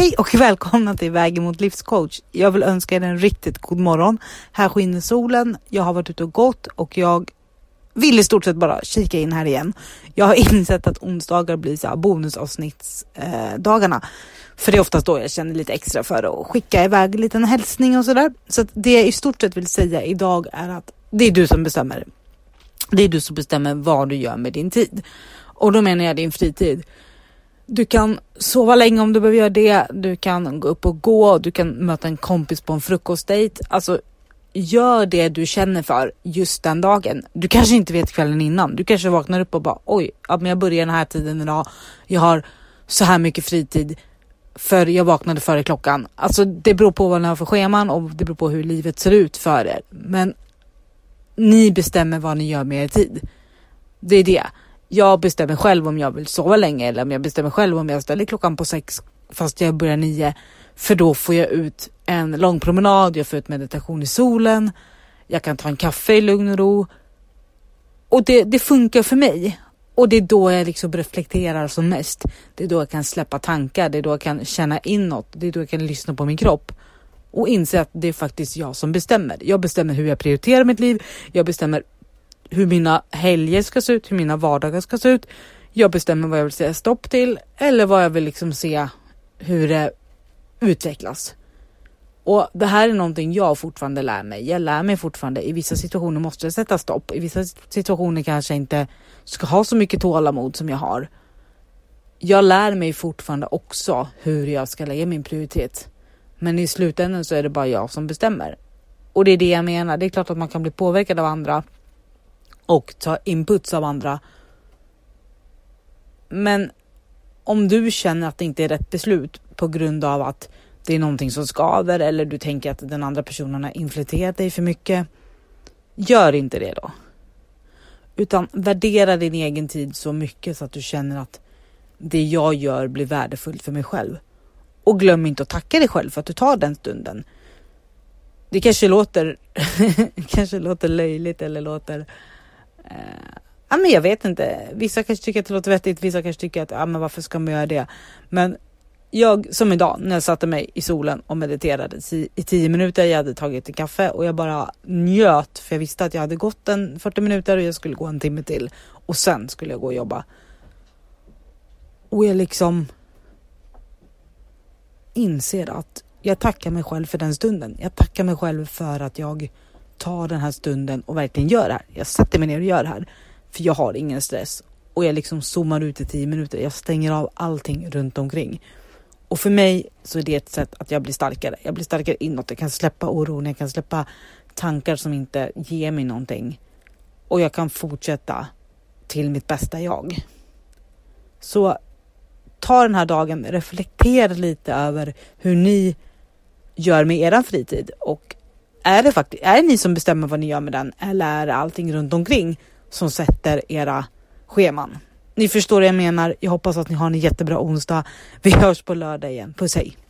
Hej och välkomna till Vägen mot livscoach. Jag vill önska er en riktigt god morgon. Här skiner solen, jag har varit ute och gått och jag vill i stort sett bara kika in här igen. Jag har insett att onsdagar blir så här bonusavsnittsdagarna. För det är oftast då jag känner lite extra för att skicka iväg en liten hälsning och sådär. Så att det jag i stort sett vill säga idag är att det är du som bestämmer. Det är du som bestämmer vad du gör med din tid. Och då menar jag din fritid. Du kan sova länge om du behöver göra det. Du kan gå upp och gå. Du kan möta en kompis på en frukostdejt. Alltså, gör det du känner för just den dagen. Du kanske inte vet kvällen innan. Du kanske vaknar upp och bara, oj, men jag börjar den här tiden idag. Jag har så här mycket fritid. För jag vaknade före klockan. Alltså, det beror på vad ni har för scheman. Och det beror på hur livet ser ut för er. Men ni bestämmer vad ni gör med er tid. Det är det. Jag bestämmer själv om jag vill sova länge eller om jag bestämmer själv om jag ställer klockan på 6 fast jag börjar 9. För då får jag ut en lång promenad, jag får ut meditation i solen, jag kan ta en kaffe i lugn och ro. Och det funkar för mig. Och det är då jag liksom reflekterar som mest. Det är då jag kan släppa tankar, det är då jag kan känna inåt, det är då jag kan lyssna på min kropp. Och inse att det är faktiskt jag som bestämmer. Jag bestämmer hur jag prioriterar mitt liv, jag bestämmer hur mina helger ska se ut, hur mina vardagar ska se ut. Jag bestämmer vad jag vill säga stopp till eller vad jag vill liksom se hur det utvecklas. Och det här är någonting jag fortfarande lär mig. Jag lär mig fortfarande, i vissa situationer måste jag sätta stopp. I vissa situationer kanske jag inte ska ha så mycket tålamod som jag har. Jag lär mig fortfarande också hur jag ska lägga min prioritet. Men i slutändan så är det bara jag som bestämmer. Och det är det jag menar. Det är klart att man kan bli påverkad av andra och ta inputs av andra. Men om du känner att det inte är rätt beslut på grund av att det är någonting som skadar eller du tänker att den andra personen har influerat dig för mycket, gör inte det då. Utan värdera din egen tid så mycket så att du känner att det jag gör blir värdefullt för mig själv. Och glöm inte att tacka dig själv för att du tar den stunden. Det kanske låter löjligt eller låter men jag vet inte. Vissa kanske tycker att det låter vettigt, vissa kanske tycker att men varför ska man göra det? Men jag, som idag, när jag satte mig i solen och mediterade i 10 minuter, jag hade tagit en kaffe och jag bara njöt, för jag visste att jag hade gått 40 minuter och jag skulle gå en timme till och sen skulle jag gå och jobba. Och jag liksom inser att jag tackar mig själv för den stunden. Jag tackar mig själv för att jag tar den här stunden och verkligen gör det här. Jag sätter mig ner och gör det här. För jag har ingen stress. Och jag liksom zoomar ut i 10 minuter. Jag stänger av allting runt omkring. Och för mig så är det ett sätt att jag blir starkare. Jag blir starkare inåt. Jag kan släppa oron. Jag kan släppa tankar som inte ger mig någonting. Och jag kan fortsätta till mitt bästa jag. Så ta den här dagen. Reflektera lite över hur ni gör med er fritid. Och är det ni som bestämmer vad ni gör med den? Eller är det allting runt omkring som sätter era scheman? Ni förstår vad jag menar. Jag hoppas att ni har en jättebra onsdag. Vi hörs på lördag igen. Puss, hej!